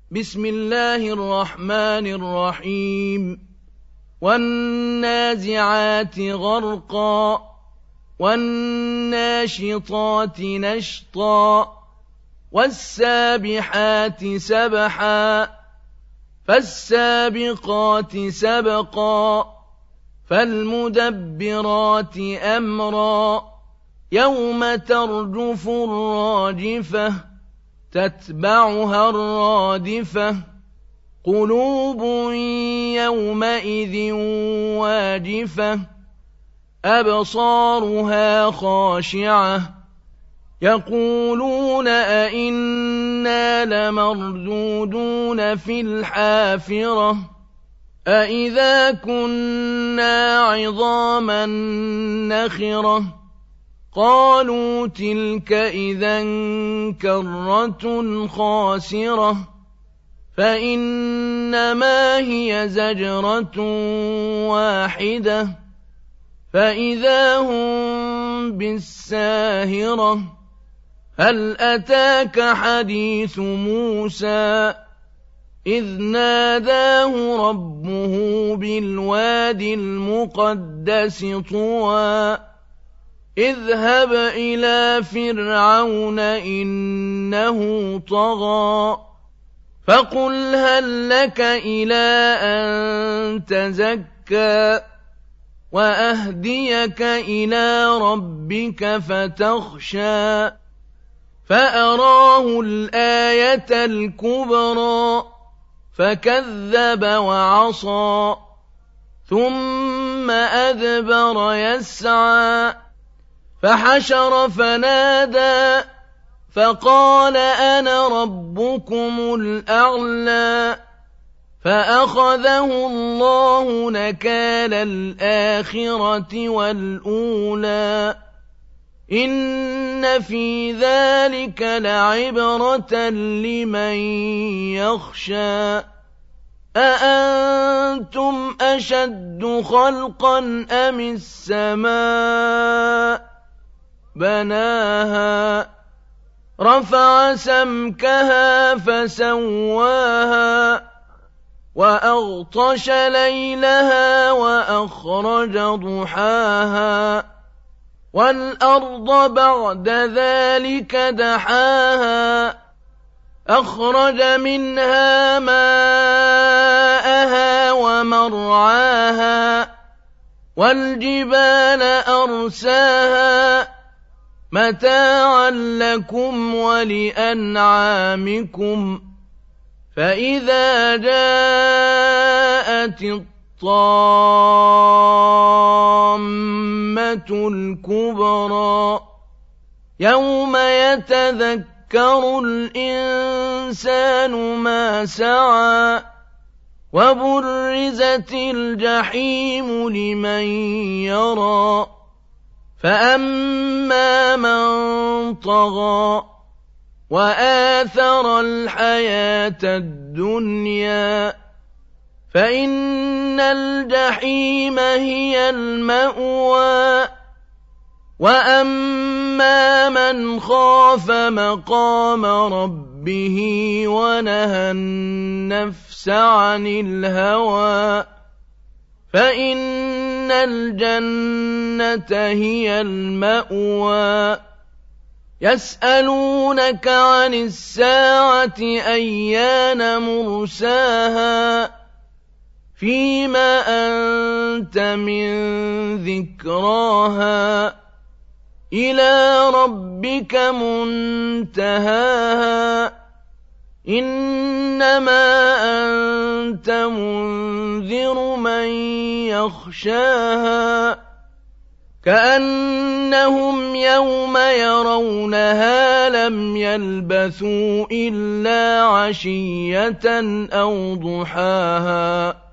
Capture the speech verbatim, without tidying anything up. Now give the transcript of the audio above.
بسم الله الرحمن الرحيم والنازعات غرقا والناشطات نشطا والسابحات سبحا فالسابقات سبقا فالمدبرات أمرا يوم ترجف الراجفة تتبعها الرادفة قلوب يومئذ واجفة أبصارها خاشعة يقولون أئنا لمردودون في الحافرة أئذا كنا عظاما نخرة قالوا تلك إذا كرة خاسرة فإنما هي زجرة واحدة فإذا هم بالساهرة هل أتاك حديث موسى إذ ناداه ربه بالواد المقدس طوى اذهب إلى فرعون إنه طغى فقل هل لك إلى أن تزكى وأهديك إلى ربك فتخشى فأراه الآية الكبرى فكذب وعصى ثم أدبر يسعى فحشر فنادى فقال أنا ربكم الأعلى فأخذه الله نكال الآخرة والأولى إن في ذلك لعبرة لمن يخشى أأنتم أشد خلقا أم السماء بناها رفع سمكها فسواها وأغطش ليلها وأخرج ضحاها والأرض بعد ذلك دحاها أخرج منها ماءها ومرعاها والجبال أرساها متاعا لكم ولأنعامكم فإذا جاءت الطامة الكبرى يوم يتذكر الإنسان ما سعى وبرزت الجحيم لمن يرى فأما من طغى وآثر الحياة الدنيا فإن الجحيم هي المأوى وأما من خاف مقام ربه ونهى النفس عن الهوى فإن الجنة هي المأوى يسألونك عن الساعة أيان مرساها فيما أنت من ذكراها إلى ربك منتهاها إنما أنت منذر من يخشاها كأنهم يوم يرونها لم يلبثوا إلا عشية أو ضحاها